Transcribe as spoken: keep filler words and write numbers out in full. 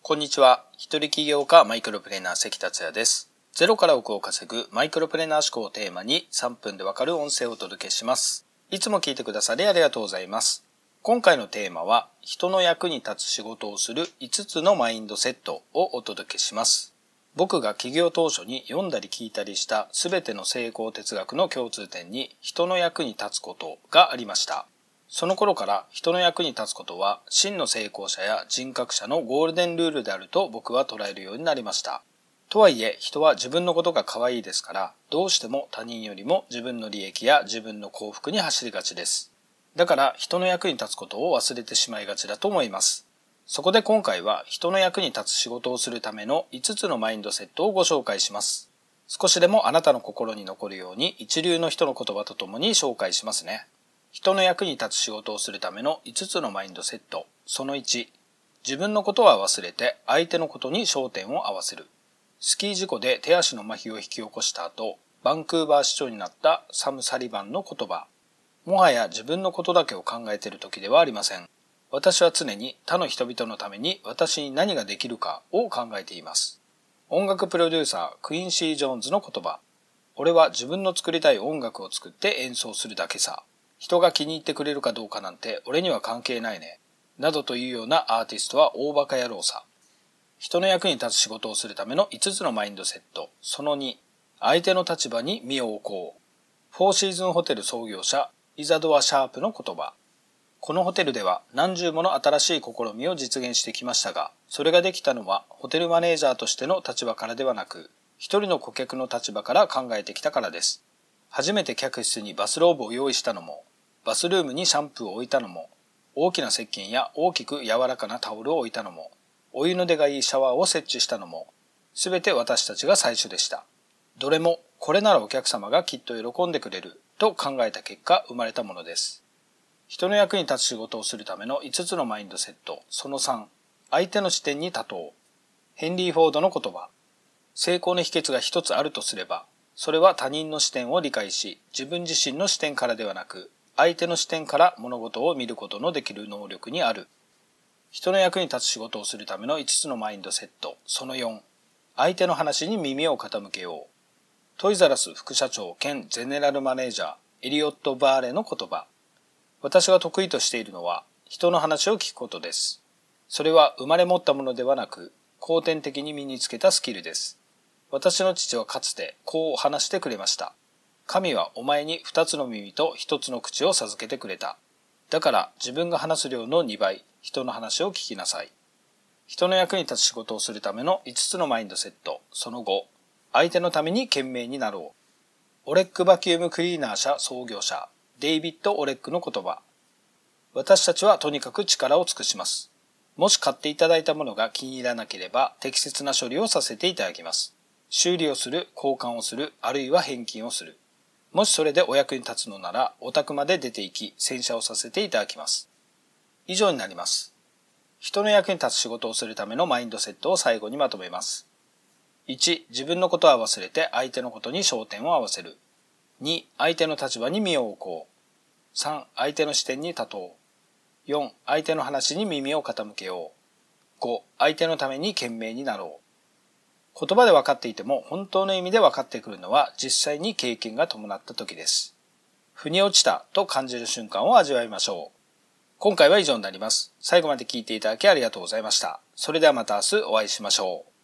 こんにちは。一人起業家マイクロプレーナー関達也です。ゼロから億を稼ぐマイクロプレーナー思考をテーマにさんぷんでわかる音声をお届けします。いつも聞いてくださりありがとうございます。今回のテーマは人の役に立つ仕事をするいつつのマインドセットをお届けします。僕が起業当初に読んだり聞いたりしたすべての成功哲学の共通点に人の役に立つことがありました。その頃から人の役に立つことは真の成功者や人格者のゴールデンルールであると僕は捉えるようになりました。とはいえ人は自分のことが可愛いですからどうしても他人よりも自分の利益や自分の幸福に走りがちです。だから人の役に立つことを忘れてしまいがちだと思います。そこで今回は人の役に立つ仕事をするためのいつつのマインドセットをご紹介します。少しでもあなたの心に残るように一流の人の言葉とともに紹介しますね。人の役に立つ仕事をするためのいつつのマインドセット。そのいち、自分のことは忘れて相手のことに焦点を合わせる。スキー事故で手足の麻痺を引き起こした後、バンクーバー市長になったサム・サリバンの言葉。もはや自分のことだけを考えている時ではありません。私は常に他の人々のために私に何ができるかを考えています。音楽プロデューサークインシー・ジョーンズの言葉。俺は自分の作りたい音楽を作って演奏するだけさ。人が気に入ってくれるかどうかなんて俺には関係ないね。などというようなアーティストは大バカ野郎さ。人の役に立つ仕事をするためのいつつのマインドセット。そのに、相手の立場に身を置こう。フォーシーズンホテル創業者イザドア・シャープの言葉。このホテルでは何十もの新しい試みを実現してきましたが、それができたのはホテルマネージャーとしての立場からではなく、一人の顧客の立場から考えてきたからです。初めて客室にバスローブを用意したのも、バスルームにシャンプーを置いたのも、大きな石鹸や大きく柔らかなタオルを置いたのも、お湯の出がいいシャワーを設置したのも、すべて私たちが最初でした。どれも、これならお客様がきっと喜んでくれると考えた結果生まれたものです。人の役に立つ仕事をするためのいつつのマインドセット。そのさん、相手の視点に立とう。ヘンリー・フォードの言葉。成功の秘訣が一つあるとすれば、それは他人の視点を理解し、自分自身の視点からではなく、相手の視点から物事を見ることのできる能力にある。人の役に立つ仕事をするためのいつつのマインドセット。そのよん、相手の話に耳を傾けよう。トイザラス副社長兼ゼネラルマネージャー、エリオット・バーレの言葉。私が得意としているのは、人の話を聞くことです。それは生まれ持ったものではなく、後天的に身につけたスキルです。私の父はかつてこう話してくれました。神はお前に二つの耳と一つの口を授けてくれた。だから自分が話す量のにばい、人の話を聞きなさい。人の役に立つ仕事をするためのいつつのマインドセット。そのご、相手のために懸命になろう。オレックバキュームクリーナー社創業者、デイビッド・オレックの言葉。私たちはとにかく力を尽くします。もし買っていただいたものが気に入らなければ適切な処理をさせていただきます。修理をする、交換をする、あるいは返金をする。もしそれでお役に立つのなら、お宅まで出て行き、洗車をさせていただきます。以上になります。人の役に立つ仕事をするためのマインドセットを最後にまとめます。いち、自分のことは忘れて相手のことに焦点を合わせる。に、相手の立場に身を置こう。さん、相手の視点に立とう。よん、相手の話に耳を傾けよう。ご、相手のために懸命になろう。言葉で分かっていても本当の意味で分かってくるのは実際に経験が伴った時です。腑に落ちたと感じる瞬間を味わいましょう。今回は以上になります。最後まで聞いていただきありがとうございました。それではまた明日お会いしましょう。